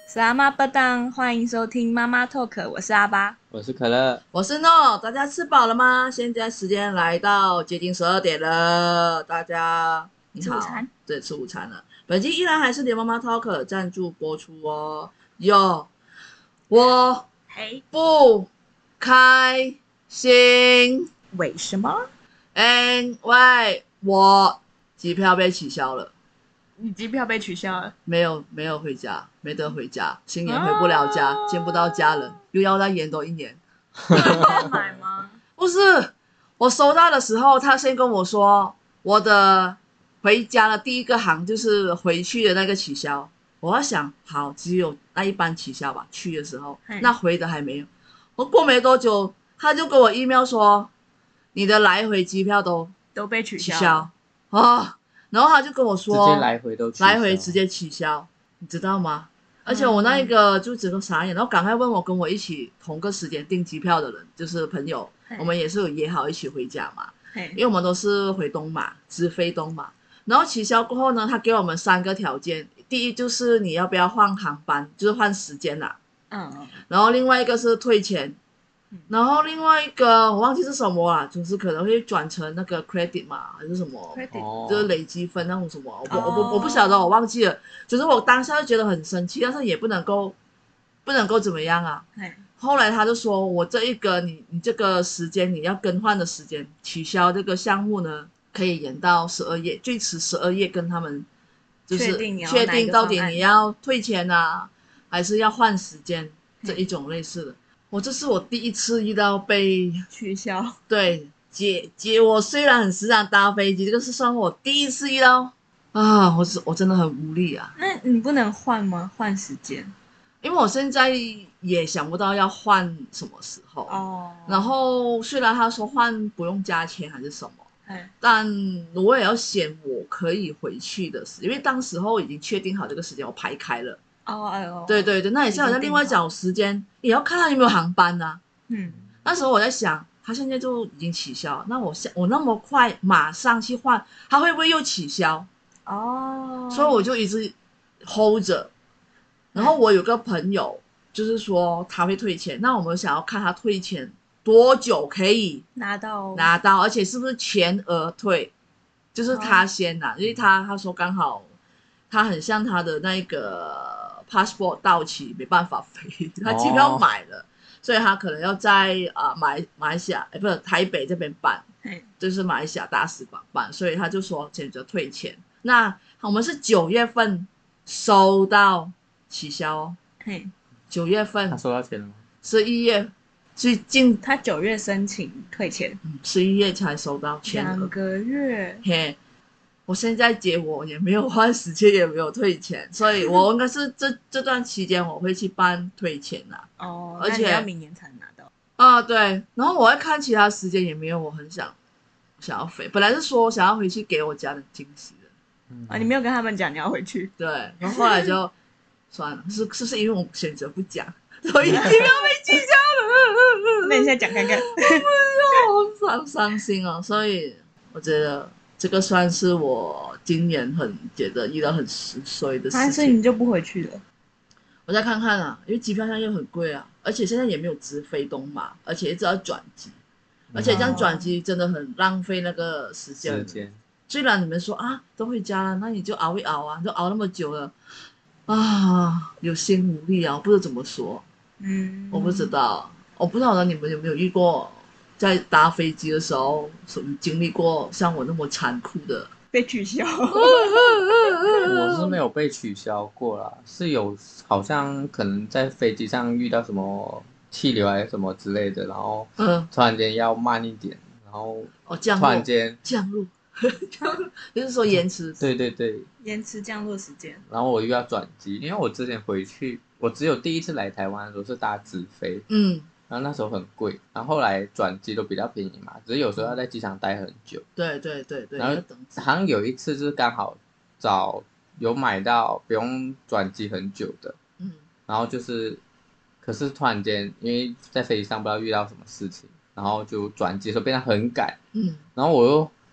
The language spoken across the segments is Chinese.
是阿妈不当，欢迎收听妈妈 Talk，我是阿巴。 我是可乐。 我是诺，大家吃饱了吗？现在时间来到接近12点了，大家你好， 吃午餐。 对，吃午餐了。本期依然还是连妈妈 Talk 赞助播出哦。有，我嘿， 不开心， 为什么？ 因为我机票被取消了， 你机票被取消了？ 没有回家，没得回家，新年回不了家，见不到家人，又要再延多一年。 再买吗？ 不是，我收到的时候，他先跟我说我的回家的第一个航就是回去的那个取消。我要想，好，只有那一班取消吧，去的时候，那回的还没有。我过没多久，他就给我 email 说，你的来回机票都被取取消消啊，然后他就跟我说， 直接来回都取消， 来回直接取消，你知道吗？而且我那一个就整个傻眼，然后赶快问我跟我一起同个时间订机票的人，就是朋友，我们也是有约好一起回家嘛，因为我们都是回东马，直飞东马。然后取消过后呢，他给我们3个条件，第一就是你要不要换航班，就是换时间啦，然后另外一个是退钱，然后另外一个我忘记是什么啦，就是可能会转成那个 credit 嘛，还是什么，就是累积分那种什么，我不晓得，我忘记了。就是我当下就觉得很生气，但是也不能够怎么样啊。后来他就说我这一个你这个时间你要更换的时间取消这个项目呢，可以延到12月，最迟12月跟他们就是确定到底你要退钱啊，还是要换时间这一种类似的。这是我第一次遇到被取消。 对，姐，我虽然很时常搭飞机，这个是算我第一次遇到啊，我真的很无力啊。 那你不能换吗？换时间？ 因为我现在也想不到要换什么时候然后虽然他说换不用加钱还是什么，但我也要选我可以回去的因为当时候已经确定好这个时间，我排开了。对对对，那也是好像另外找时间，也要看他有没有航班啊。那时候我在想，他现在就已经取消，那我那么快马上去换，他会不会又取消？所以我就一直 hold 着。然后我有个朋友，就是说他会退钱，那我们想要看他退钱多久可以拿到， 而且是不是全额退，就是他先拿，因为他说刚好他很像他的那个 passport 到期没办法飞，他机票买了，所以他可能要在马来西亚不是台北这边办，就是马来西亚大使馆办，所以他就说选择退钱。那我们是9月份收到取消哦，9月份他收到钱了吗 ？11月最近他9月申请退钱 ，11月才收到钱 ，2个月。 嘿，我现在结我也没有换时间，也没有退钱，所以我应该是这段期间我会去办退钱啦。而且要明年才拿到。 对，然后我会看其他时间也没有我很想要飞，本来是说想要回去给我家人惊喜的。 你没有跟他们讲你要回去？ 对，然后后来就算了，是因为我选择不讲，所以机票被取消了。 那你现在讲看看。 好伤心哦，所以我觉得这个算是我今年觉得遇到很衰的事情。 所以你就不回去了？ 我再看看啊，因为机票现在又很贵啊，而且现在也没有直飞东马，而且一直要转机，而且这样转机真的很浪费那个时间。虽然你们说都回家了，那你就熬一熬啊，就熬那么久了有心无力啊，我不知道怎么说。我不知道你们有没有遇过在搭飞机的时候经历过像我那么残酷的被取消？ 我是没有被取消过啦，是有好像可能在飞机上遇到什么气流还是什么之类的，然后突然间要慢一点，然后突然间降落就是说延迟。 对对对， 延迟降落时间。 然后我又要转机，因为我之前回去，我只有第一次来台湾的时候是搭直飞，然后那时候很贵，然后后来转机都比较便宜嘛，只是有时候要在机场待很久。 对对对对。 然后好像有一次就是刚好有买到不用转机很久的，然后可是突然间因为在飞机上不知道遇到什么事情，然后就转机的时候变得很赶，然后我又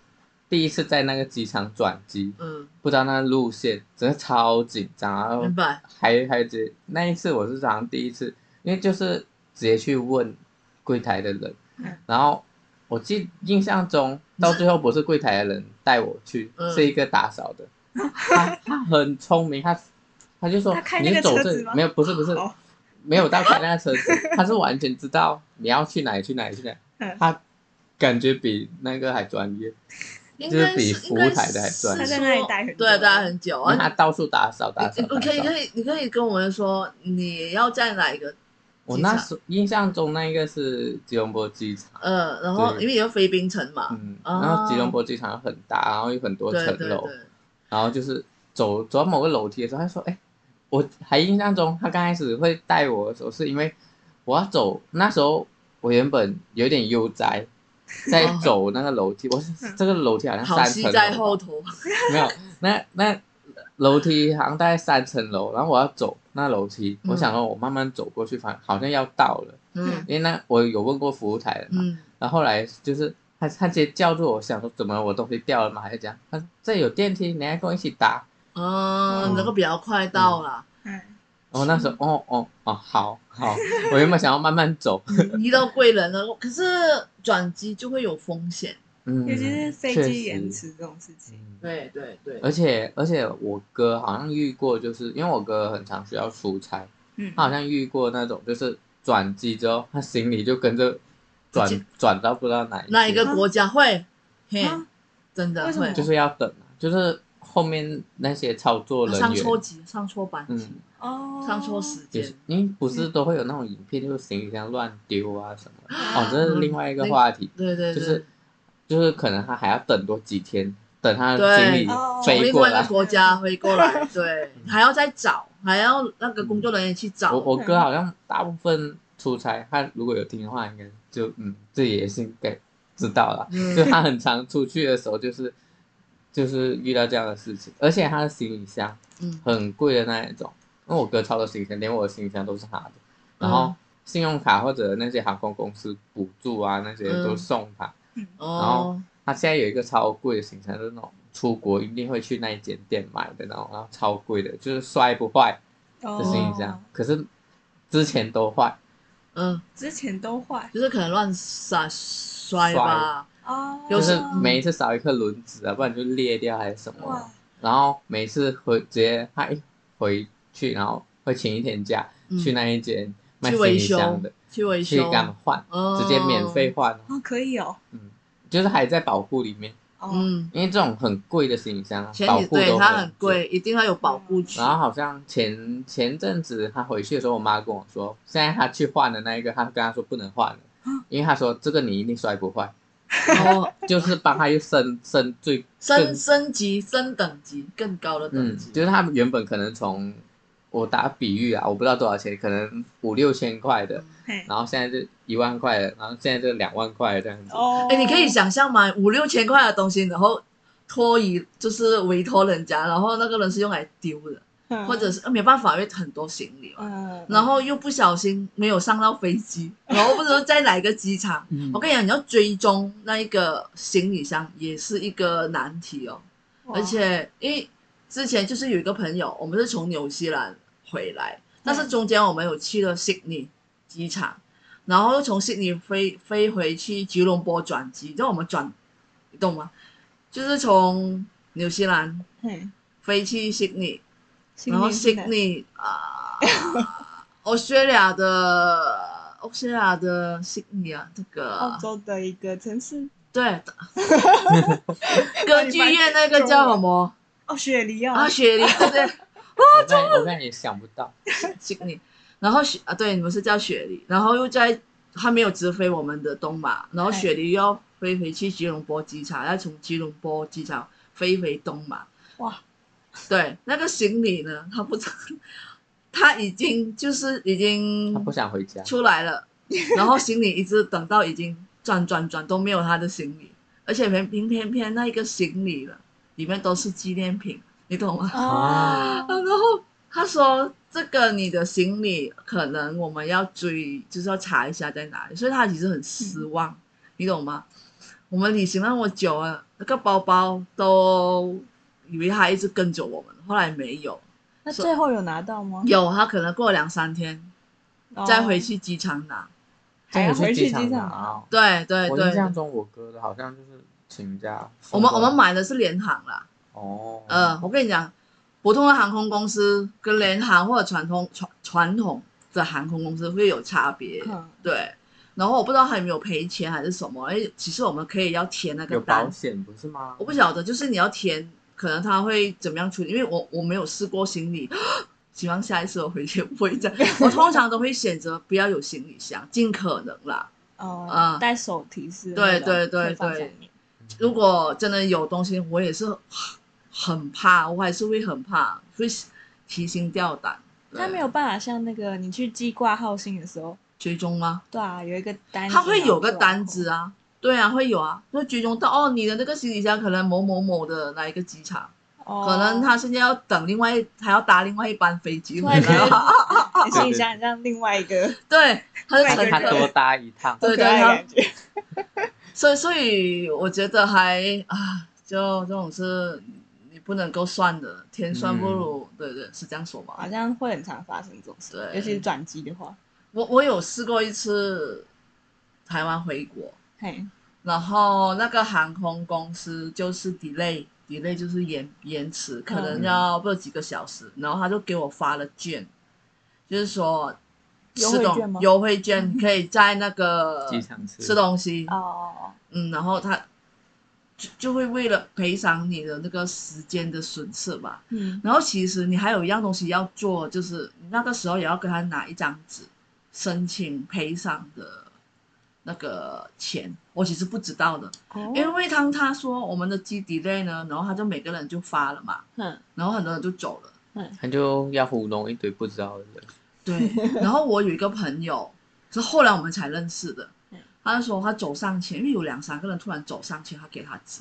第一次在那个机场转机，不知道那个路线，真的超紧张，然后明白， 还直接那一次我是好像第一次，因为就是直接去问柜台的人，然后我印象中到最后不是柜台的人带我去，是一个打扫的，他很聪明，他就说你走这里，没有不是没有到开那个车子，他是完全知道你要去哪里，他感觉比那个还专业。就是比服务台的还专业， 他在那里待很久， 对，待很久， 因为他到处打扫。 你可以跟我们说你要在哪一个？ 我那时印象中那一个是吉隆坡机场， 然后因为有飞槟城嘛， 然后吉隆坡机场很大，然后有很多层楼，然后就是走到某个楼梯的时候，他说：“哎，我还印象中他刚开始会带我的时候，是因为我要走，那时候我原本有点悠哉。”在走那个楼梯，这个楼梯好像3层楼， 在后头没有，那楼梯好像大概3层楼，然后我要走那楼梯，我想说我慢慢走过去，好像要到了，因为我有问过服务台的嘛，然后后来就是他直接叫住我，想说怎么我东西掉了嘛，还是这样，他说这有电梯，你还跟我一起搭， 能够比较快到啦。 然后那时候好，我原本想要慢慢走， 遇到贵人了，可是转机就会有风险， 尤其是飞机延迟这种事情。 对， 而且我哥好像遇过，就是因为我哥很常需要出差，他好像遇过那种就是转机之后，他行李就跟着转到不知道哪一个国家会，真的会， 就是要等，就是后面那些操作人员上错班机。上错时间， 因为不是都会有那种影片，就是行李箱乱丢啊什么，这是另外一个话题。 对， 就是可能他还要等多几天，等他行李飞过来， 从另外一个国家飞过来，对，还要再找，还要那个工作人员去找。 我哥好像大部分出差，他如果有听的话，应该就这也是应该知道了，就他很常出去的时候，就是遇到这样的事情，而且他的行李箱很贵的那一种。因为我哥超多行李箱，连我的行李箱都是他的，然后信用卡或者那些航空公司补助啊那些都送他，然后他现在有一个超贵的行李箱，就是那种出国一定会去那一间店买的那种，然后超贵的，就是摔不坏的行李箱，可是之前都坏， 就是可能乱摔吧， 就是每一次少一颗轮子啊，不然就裂掉还是什么，然后每次直接他一回去，然后会请一天假去那一间卖行李箱的， 去维修， 去给他们换，直接免费换可以哦， 就是还在保护里面，因为这种很贵的行李箱，保护对它很贵，一定要有保护区。 然后好像前阵子他回去的时候，我妈跟我说，现在他去换的那一个，他跟他说不能换了，因为他说这个你一定摔不坏。就是帮他又升级升等级更高的等级， 就是他们原本可能从我打比喻啊，我不知道多少钱，可能5-6千块的，然后现在就1万块的，然后现在就2万块这样子。 你可以想象吗？5-6千块的东西，然后就是委托人家，然后那个人是用来丢的。或者是没办法，因为很多行李嘛，然后又不小心没有上到飞机，然后不知道在哪一个机场。我跟你讲，你要追踪那一个行李箱也是一个难题哦。而且因为之前就是有一个朋友，我们是从纽西兰回来，但是中间我们有去了悉尼机场，然后又从悉尼飞回去吉隆坡转机，就我们你懂吗？就是从纽西兰飞去悉尼。然后悉尼澳大利亚的悉尼啊，这个澳洲的一个城市， 对，歌剧院那个叫什么？ 雪梨雪梨，对不对？ 我刚才也想不到悉尼，然后对，你们是叫雪梨，然后又还没有直飞我们的东马，然后雪梨又要飞回去吉隆坡机场，要从吉隆坡机场飞回东马， 哇！ 对，那个行李呢？他已经他不想回家出来了，然后行李一直等到已经转都没有他的行李，而且偏那一个行李了，里面都是纪念品，你懂吗？然后他说这个你的行李可能我们要追，就是要查一下在哪里，所以他其实很失望，你懂吗？ 我们旅行那么久了，那个包包都以为他一直跟着我们，后来没有。 那最后有拿到吗？ 有，他可能过2-3天再回去机场拿。 还要回去机场拿？ 对对对。 我印象中我哥的好像就是请假。 我们买的是联航啦。 哦。 我跟你讲，普通的航空公司跟联航或者传统的航空公司会有差别。对。然后我不知道他有没有赔钱还是什么，其实我们可以要填那个单。 有保险不是吗？ 我不晓得，就是你要填，可能他会怎么样处理，因为我没有试过行李。希望下一次我回去不会这样。我通常都会选择不要有行李箱，尽可能啦。 带手提式。 对对对对。如果真的有东西，我也是很怕，我还是会很怕，会提心吊胆。 他没有办法像那个你去寄挂号信的时候追踪吗？ 对啊，有一个单子， 他会有个单子啊。对啊，会有啊，会追踪到你的那个行李箱可能某某某的哪一个机场。可能他现在要等还要搭另外一班飞机回来。 你心里想很像另外一个。 对， 他多搭一趟。 对对， 感觉。 所以我觉得就这种事你不能够算的，天算不如。对对，是这样说吗？ 好像会很常发生这种事，尤其是转机的话。 我有试过一次台湾回国，然后那个航空公司就是 delay 就是延迟，可能要不几个小时，然后他就给我发了券，就是说优惠券可以在那个机场吃东西。然后他就会为了赔偿你的那个时间的损失吧。然后其实你还有一样东西要做，就是那个时候也要跟他拿一张纸申请赔偿的那个钱。我其实不知道的。因为他说我们的机 delay 呢，然后他就每个人就发了嘛。然后很多人就走了。 他就要糊弄一堆不知道的人。 对。然后我有一个朋友是后来我们才认识的。他就说他走上前，因为有2-3个人突然走上前，他给他纸。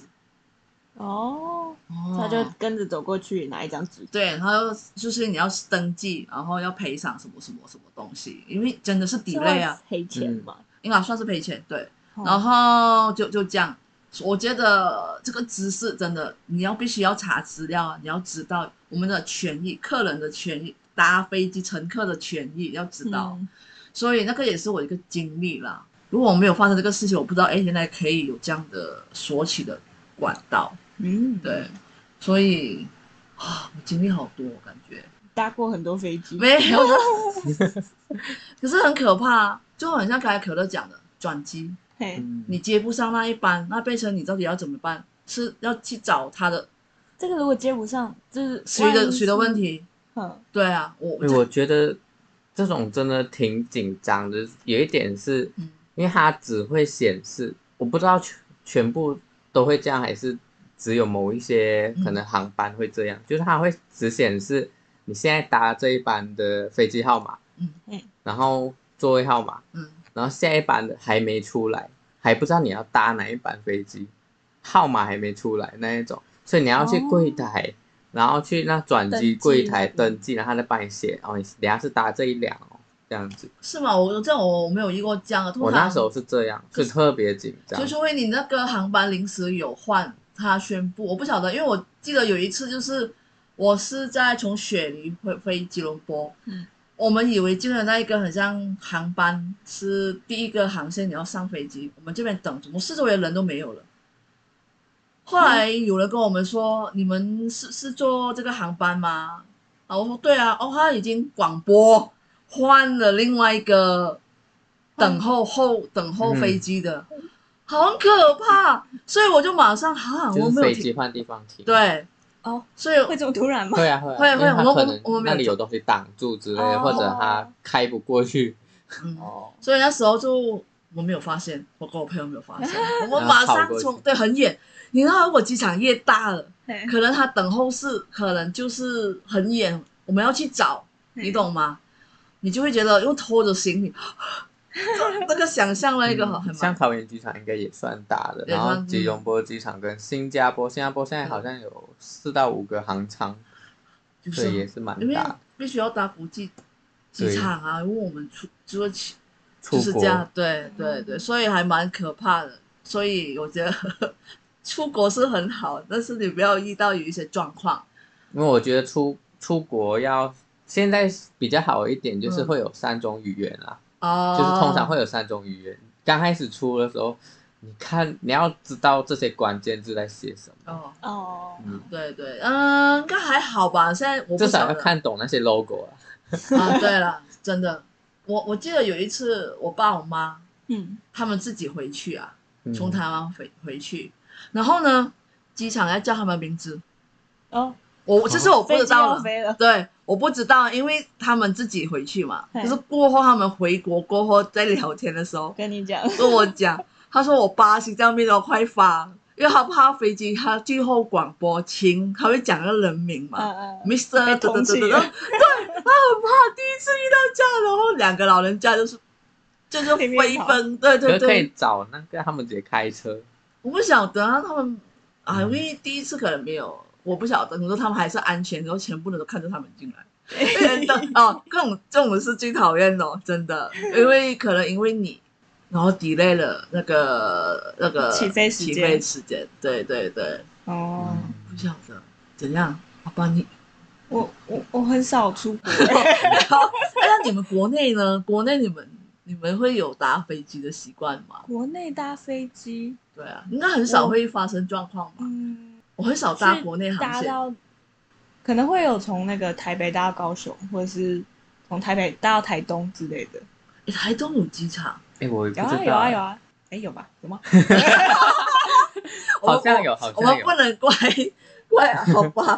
他就跟着走过去拿一张纸。 对，他就是你要登记，然后要赔偿什么什么什么东西，因为真的是 delay 啊。 赔钱嘛？ 应该算是赔钱。对。然后就这样。我觉得这个知识真的，你必须要查资料啊，你要知道我们的权益，客人的权益，搭飞机乘客的权益要知道。所以那个也是我一个经历啦。如果我没有发生这个事情，我不知道原来可以有这样的索取的管道。对。所以我经历好多，感觉搭过很多飞机。 没有。可是很可怕，就很像刚才可乐讲的转机。你接不上那一班，那变成你到底要怎么办？是要去找他的。 这个如果接不上，就是谁的问题？对啊。 我觉得这种真的挺紧张的。有一点是，因为它只会显示，我不知道全部都会这样，还是只有某一些可能航班会这样，就是它会只显示你现在搭这一班的飞机号码，然后座位号码，然后下一班的还没出来，还不知道你要搭哪一班飞机，号码还没出来那一种，所以你要去柜台，然后去那转机柜台登记，然后他再帮你写，然后你等下是搭这一辆这样子。 是吗？我没有遇过这样的。 我那时候是这样，是特别紧张。 就是因为你那个航班临时有换，他宣布，我不晓得，因为我记得有一次就是我是从雪梨飞吉隆坡。我们以为进了那一个很像航班是第一个航线，你要上飞机，我们这边等，怎么四周围人都没有了。后来有人跟我们说，你们是坐这个航班吗？我说对啊。他已经广播换了另外一个等候飞机的，很可怕。所以我就马上就是飞机换地方停。 对。所以会这么突然吗？ 会啊。 会。 我们那里有东西挡住之类的，或者他开不过去。 所以那时候我没有发现，我跟我朋友没有发现，我们马上很远。你知道，如果机场越大了，可能他等候室可能就是很远，我们要去找，你懂吗？你就会觉得又拖着行李，那个想象那个像桃园机场应该也算大的，然后吉隆坡机场跟新加坡现在好像有4到5个航舱，所以也是蛮大的。 必须要搭国际机场啊，因为我们就是这样。对，所以还蛮可怕的。 所以我觉得出国是很好，但是你不要遇到有一些状况。 因为我觉得出国现在比较好一点，就是会有3种语言啦。就是通常会有3种语言。刚开始出的时候，你要知道这些关键字在写什么。 对对，应该还好吧。现在我至少要看懂那些 logo 啊。对了，真的，我记得有一次我爸我妈，他们自己回去啊，从台湾回去，然后呢，机场要叫他们名字。其实我不知道了，对，我不知道，因为他们自己回去嘛。可是过后他们回国过后在聊天的时候， 跟我讲，他说我爸心脏病都快发，因为他怕飞机他最后广播他会讲那个人名嘛，Mr. 对，他很怕第一次遇到这样，然后2个老人家就是飞奔，对， 可以找那个他们直接开车。 我不晓得他们因为第一次可能没有。我不晓得，你说他们还是安全，然后全部人都看着他们进来，真的这种是最讨厌的，真的，因为你，然后 delay 了那个起飞时间，对，不晓得怎样，好吧你， 我很少出国， 那你们国内呢？国内你们会有搭飞机的习惯吗？ 国内搭飞机， 对啊，应该很少会发生状况吧？我很少搭国内航线， 可能会有从那个台北搭到高雄，或者是从台北搭到台东之类的。 台东有机场？ 我也不知道。 有啊，有吧？有吗？ 好像有， 我们不能怪好吧？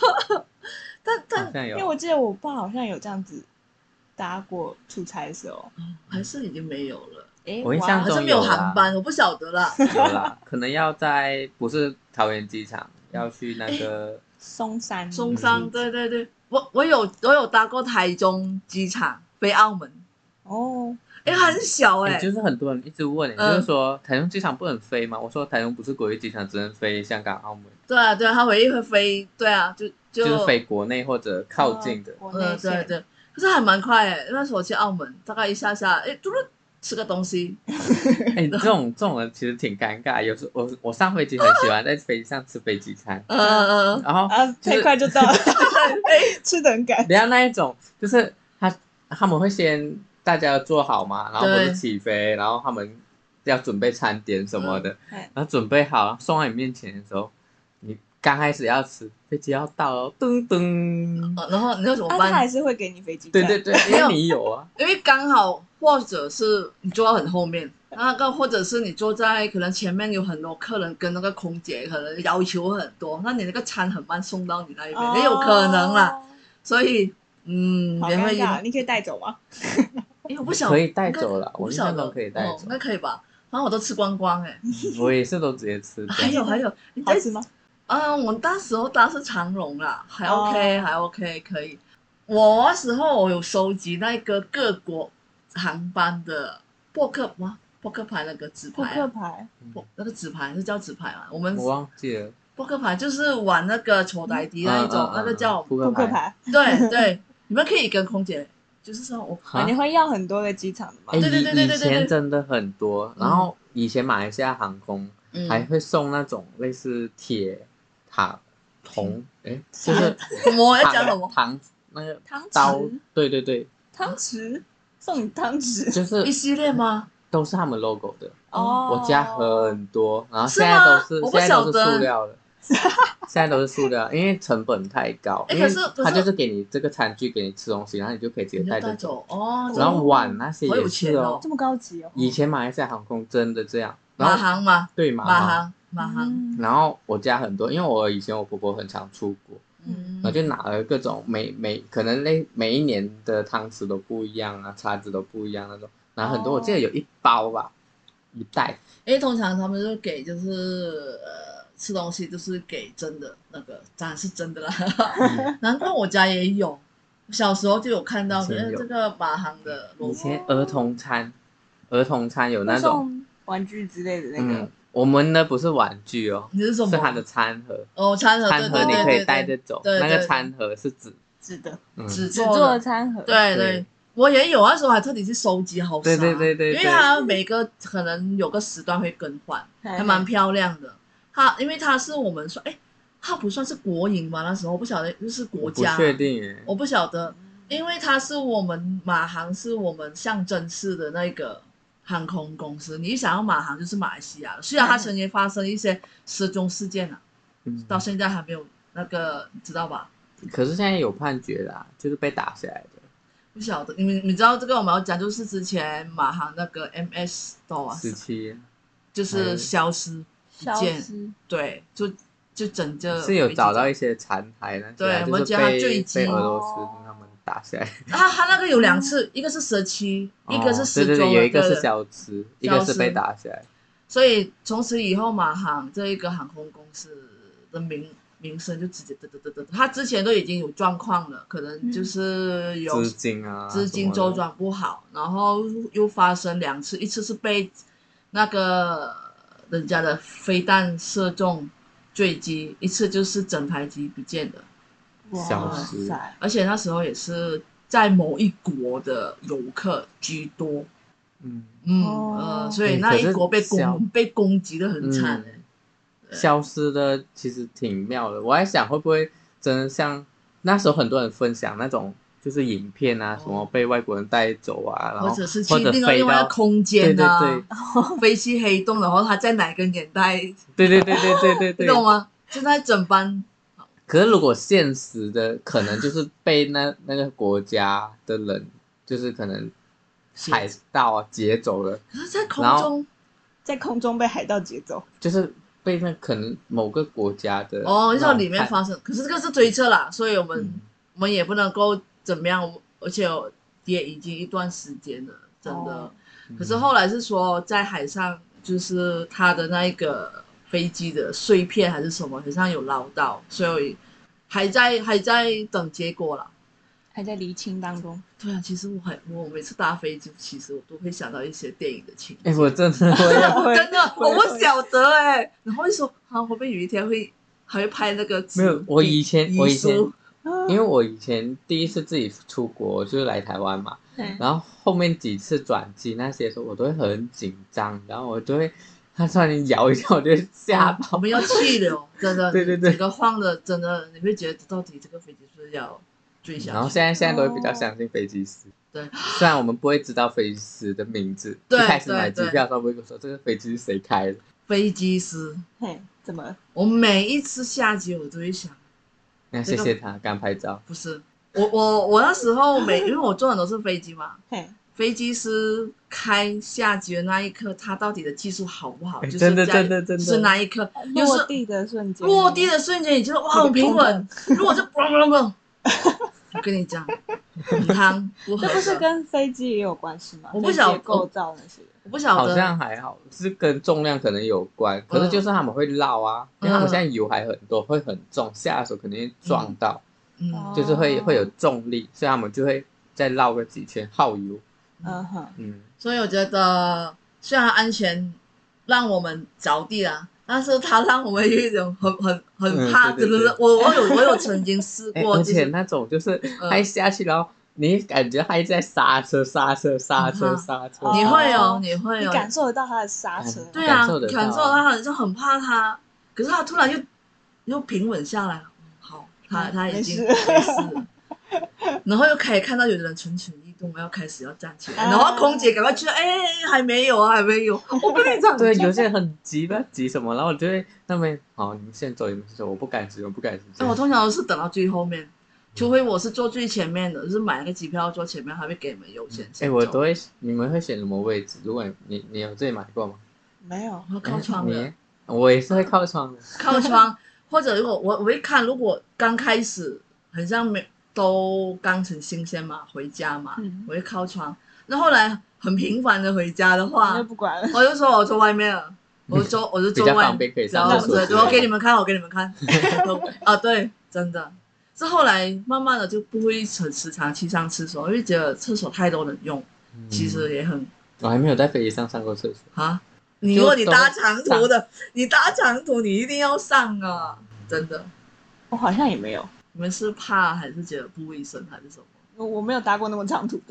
但因为我记得我爸好像有这样子搭过出差的时候， 还是已经没有了。 我印象中还是没有航班，我不晓得啦。 有啦，可能要在不是桃园机场，要去那个松山。 对，我有搭过台中机场飞澳门。很小就是很多人一直问就是说台中机场不能飞吗？我说台中不是国际机场，只能飞香港、澳门。 对啊，他唯一会飞，对啊， 就是飞国内或者靠近的。 对，可是还蛮快那时候我去澳门，大概一下吃个东西。 这种人其实挺尴尬。有时我上飞机很喜欢在飞机上吃飞机餐，然后太快就到了，吃得很赶。 等下那一种就是他们会先大家做好嘛，然后不是起飞，然后他们要准备餐点什么的，然后准备好送到你面前的时候，你刚开始要吃，飞机要到了，噔噔， 然后你要怎么办？ 他还是会给你飞机餐。对，因为你有啊， 因为刚好或者是你坐到很后面，或者是你坐在可能前面有很多客人跟那个空姐可能要求很多，那你那个餐很慢送到你那一边，也有可能啦。所以好尴尬，你可以带走吗？ 我不想可以带走了，我印象中可以带走， 应该可以吧？然后我都吃光光我也是都直接吃。 还有， 好吃吗？ 我那时候搭是长荣啦，还 OK，可以。我那时候我有收集那个各国航班的扑克牌那个纸牌， 扑克牌， 那个纸牌是叫纸牌嘛？我忘记了。 扑克牌就是玩那个抽台迪那一种，那个叫扑克牌。 对，你们可以跟空姐。就是说你会要很多的机场的吗？ 对， 以前真的很多，然后以前马来西亚航空还会送那种类似铁铜，就是我要讲什么那个汤刀， 匙， 对， 汤匙送你汤匙， 就是一系列吗？ 都是他们 logo 的我家很多，然后现在都是塑料的。现在都是塑料，因为成本太高。因为他就是给你这个餐具，给你吃东西，然后你就可以直接带着走。然后碗那些也是这么高级哦。 以前马来西亚航空真的这样。 马航吗？ 对，马航。 然后我家很多，因为以前我婆婆很常出国，然后就拿了各种可能每一年的汤匙都不一样啊，叉子都不一样那种，拿很多。我记得有一包吧，一袋。 因为通常他们就给就是吃东西就是给真的那个，当然是真的啦。难怪我家也有，小时候就有看到这个马航的。 以前儿童餐有那种玩具之类的那个。 我们呢不是玩具哦， 你是什么？ 是它的餐盒。 餐盒你可以带着走。那个餐盒是纸的， 纸做的餐盒。 对， 我也有，那时候还特地去收集好沙， 对， 因为它每个可能有个时段会更换，还蛮漂亮的。因为它是我们说，它不算是国营嘛，那时候我不晓得，就是国家， 不确定耶， 我不晓得，因为它是我们马航是我们象征式的那个航空公司，你一想要马航就是马来西亚的，虽然它曾经发生一些失踪事件啊，到现在还没有那个，知道吧？ 可是现在有判决啦，就是被打下来的。 不晓得，你知道这个我们要讲，就是之前马航那个 MS 17 就是消失不见，对，就整个是有找到一些残骸呢， 对，我们叫它坠机， 被俄罗斯他们打下来。 他那个有2次，一个是17，一个是失踪， 有一个是消失，一个是被打下来。 所以从此以后，马航这一个航空公司的名声就直接他之前都已经有状况了，可能就是有资金周转不好，然后又发生2次，一次是被那个人家的飞弹射中坠机，一次就是整台机不见的消失， 而且那时候也是在某一国的游客居多，所以那一国被攻击的很惨消失的其实挺妙的，我在想会不会真的像那时候很多人分享那种就是影片啊，什么被外国人带走啊，然后或者是去另外一个空间啊，对，飞去黑洞，然后他在哪个年代？ 对， 你懂吗？就在整班。 可是如果现实的，可能就是被那个国家的人，就是可能海盗劫走了。 可是在空中被海盗劫走， 就是被那可能某个国家的你说里面发生，可是这个是推测啦，所以我们也不能够怎么样，而且也已经一段时间了，真的。可是后来是说在海上，就是他的那一个飞机的碎片还是什么，好像有捞到，所以还在等结果啦， 还在厘清当中。 对啊，其实我每次搭飞机，其实我都会想到一些电影的情节。 我真的真的我不晓得然后会说会不会有一天还会拍那个没有？我以前因为我以前第一次自己出国就是来台湾嘛，然后后面几次转机那些时候我都会很紧张，然后我就会他突然摇一下我就吓到， 我们要气流，真的， 对， 整个晃的，真的你会觉得到底这个飞机是不是要坠下去？ 然后现在都会比较相信飞机师， 对， 虽然我们不会知道飞机师的名字，一开始买机票的时候不会说这个飞机是谁开的， 飞机师， 怎么？ 我每一次下机我都会想， 那谢谢他刚拍照， 不是我那时候因为我坐的都是飞机嘛，飞机师开下机的那一刻，他到底的技术好不好？ 真的， 是那一刻， 落地的瞬间， 你觉得哇，好平稳。如果是嘣，我跟你讲，很烫。 这不是跟飞机也有关系吗？ 我不晓得构造那些， 我不晓得， 好像还好，是跟重量可能有关。可是就是他们会绕啊，因为他们现在油还很多，会很重，下的时候肯定会撞到，就是会有重力，所以他们就会再绕个几圈，耗油。 所以我觉得虽然安全让我们着地了，但是它让我们有一种很怕，真的是我有曾经试过， 而且那种就是还下去，然后你感觉还在刹车， 你会有，你感受得到它的刹车， 对啊，感受到它就很怕它，可是它突然又平稳下来了，好，它已经没事了。然后又可以看到有的人蠢蠢欲动，要开始要站起来，然后空姐赶快去，还没有，我跟你讲， 对，有些人很急的，急什么，然后我就会那边好，你们先走，我不敢急。 我通常都是等到最后面，除非我是坐最前面的，就是买那个机票坐前面，还会给你们优先。 你们会选什么位置？如果你有自己买过吗？ 没有， 靠窗的。 我也是会靠窗的。 靠窗，或者如果我会看，如果刚开始很像都刚成新鲜嘛，回家嘛，我会靠窗。那后来很频繁的回家的话， 不管了， 我就说我坐外面了，我就坐外面，然后我给你们看，对，真的是后来慢慢的就不会时常去上厕所，因为觉得厕所太多人用，其实也很。 我还没有在飞机上上过厕所啊！如果你搭长途的，你一定要上啊，真的。 我好像也没有。 你们是怕还是觉得不卫生还是什么？ 我没有搭过那么长途的。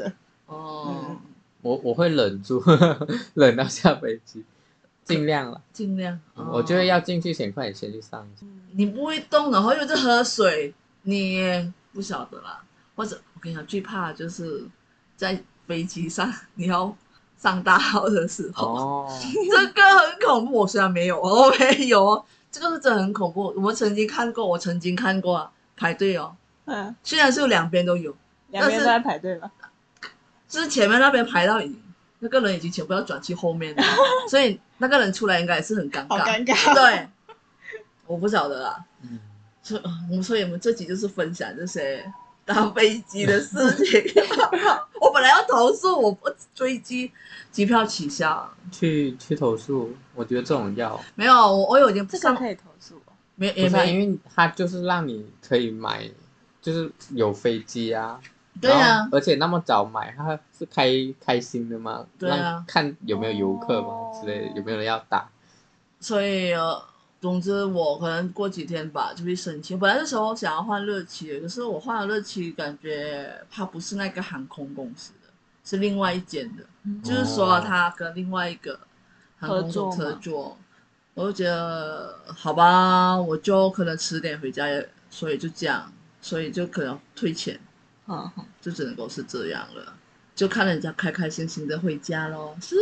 哦， 我会忍住，忍到下飞机，尽量了。 尽量。 我觉得要进去前，快点先去上一下。 你不会动，然后又在喝水，你不晓得啦。或者我跟你讲，最怕就是在飞机上你要上大号的时候，这个很恐怖。我虽然没有，我没有，这个是真的很恐怖。我曾经看过啊，排队哦。虽然是有两边都有， 两边都在排队吧。 就是前面那边排到那个人已经全部要转去后面了，所以那个人出来应该也是很尴尬。 好尴尬。 对，我不晓得啦。所以我们这集就是分享这些搭飞机的事情。我本来要投诉我飞机机票取消， 去投诉。我觉得这种要没有，我有点这个可以投诉哦。 不是啊，因为它就是让你可以买，就是有飞机啊。 对啊， 而且那么早买，它是开心的嘛？ 对啊， 看有没有游客嘛之类的，有没有人要打。 所以总之我可能过几天吧就会申请。本来那时候想要换日期的，可是我换了日期，感觉它不是那个航空公司的，是另外一间的，就是说它跟另外一个航空公司合作。我就觉得好吧，我就可能迟点回家，所以就这样，所以就可能退钱。就只能够是这样了，就看人家开开心心的回家咯。是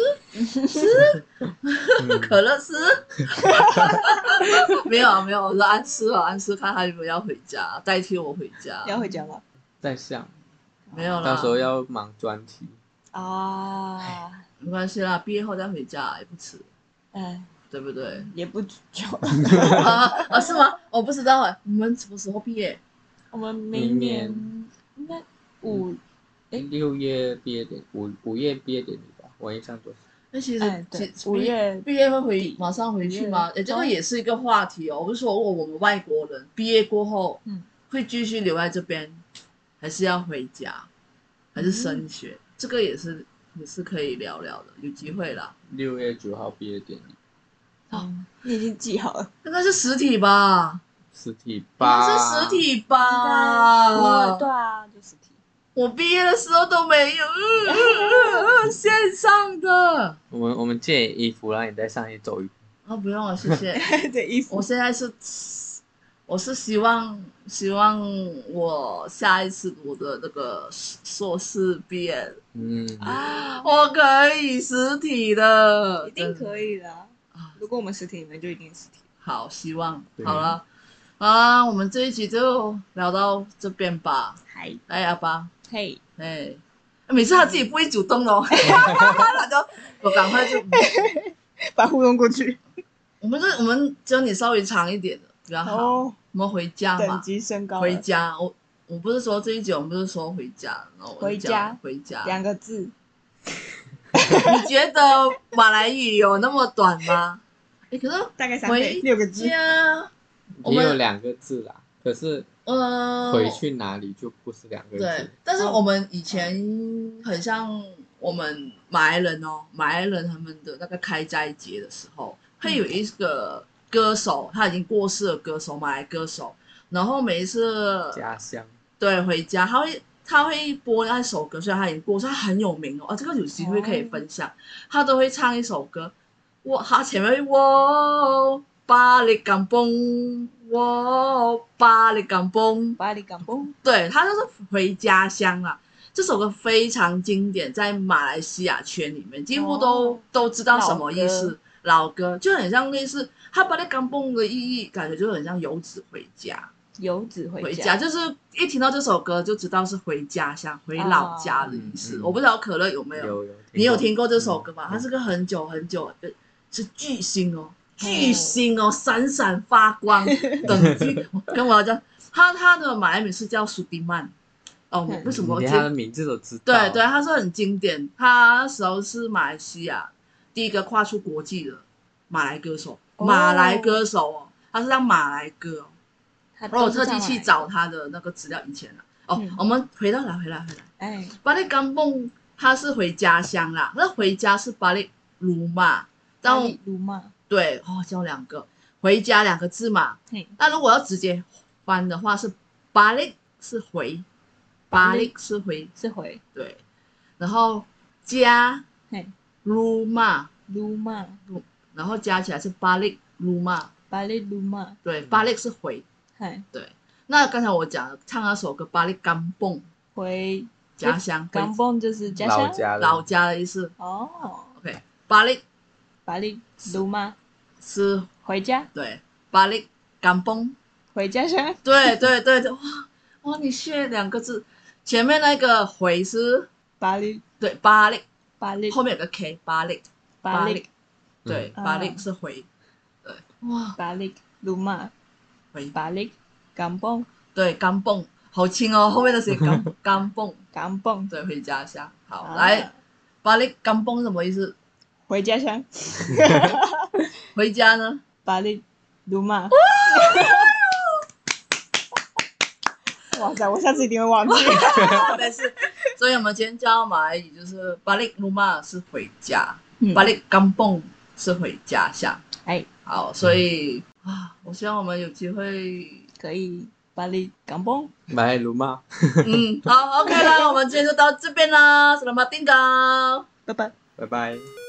可乐是没有，我说安师看他有没有要回家，代替我回家。 要回家吗？ 在想， 没有啦， 到时候要忙专题啊。 没关系啦，毕业后再回家也不迟。对不对？ 也不久。 是吗？我不知道哎，我们什么时候毕业？ 我们明年应该 6月毕业典，5月毕业典礼吧，我印象中。 那其实 5月毕业会马上回去吗？这个也是一个话题哦。我是说，我们外国人毕业过后，会继续留在这边，还是要回家，还是升学？这个也是可以聊聊的，有机会啦。 6月9号毕业典礼。 你已经记好了？ 应该是实体吧？ 实体吧？ 是实体吧？ 对啊，就实体。 我毕业的时候都没有，线上的。 我们借衣服，然后你再上去走一步。 不用了，谢谢。 这衣服。 我现在我是希望我下一次读的那个硕士毕业，我可以实体的， 一定可以的。如果我们实体，你们就一定实体。 好，希望好了啊，我们这一集就聊到这边吧。嗨，阿爸。 嘿， 每次他自己不会主动哦，他就我赶快就把互动过去。 我们只有你稍微长一点的比较好。我们回家嘛， 等级升高。 回家，我不是说这一集，我们不是说回家，然后回家 2个字。 你觉得马来语有那么短吗？可是大概6个字。 也有2个字啦，可是回去哪里就不是2个字。 对，但是我们以前很像我们马来人他们的那个开斋节的时候，会有一个歌手，他已经过世的歌手，马来歌手，然后每一次家乡对回家，他会播那首歌，虽然他已经过世，他很有名哦。这个有机会可以分享，他都会唱一首歌。他前面我巴黎港崩，我巴黎港崩，对，他就是回家乡啦。这首歌非常经典，在马来西亚圈里面几乎都知道什么意思。老歌就很像类似他巴黎港崩的意义，感觉就很像游子回家。 游子回家就是一听到这首歌就知道是回家乡、回老家的意思。我不知道可乐有没有？你有听过这首歌吗？它是个很久很久的，是巨星哦，闪闪发光等级。跟我讲，他的马来名是叫苏迪曼。为什么？ 连他的名字都知道。 对，他是很经典。他那时候是马来西亚第一个跨出国际的马来歌手。他是唱马来歌哦。我特地去找他的那个资料以前了。我们回来。巴黎港崩他是回家乡啦，那回家是巴黎鲁马。对，教2个，回家2个字嘛。那如果要直接翻的话是巴黎是回，巴黎是回， 是回。 对， 然后加嘿 rumah， rumah， 然后加起来是 balik rumah。 balik rumah， 对，balik 是回。对，那刚才我讲了唱那首歌 balik kampung， 回家乡。 kampung 就是家乡， 老家的意思。 哦 OK，balik rumah 是回家。 对 ，balik kampung 回家乡。 对，哇，你学2个字，前面那个回是 balik， 对 balik， 后面有个 k balik， 对 balik 是回。对，哇 balik rumah 回 balik kampung， 对 kampung 好轻哦，后面的是kampung， 对，回家乡。好，来 balik kampung 什么意思？ 回家乡。 回家呢 balik rumah。哇塞，我下次一定会忘记。 但是，所以我们今天教马来语就是 balik rumah 是回家，balik kampung 是回家乡。 哎， 好，所以我希望我们有机会可以balik kampung。 balik rumah。 好 ，OK 啦，我们今天就到这边啦，Selamat tinggal， 拜拜， 拜拜。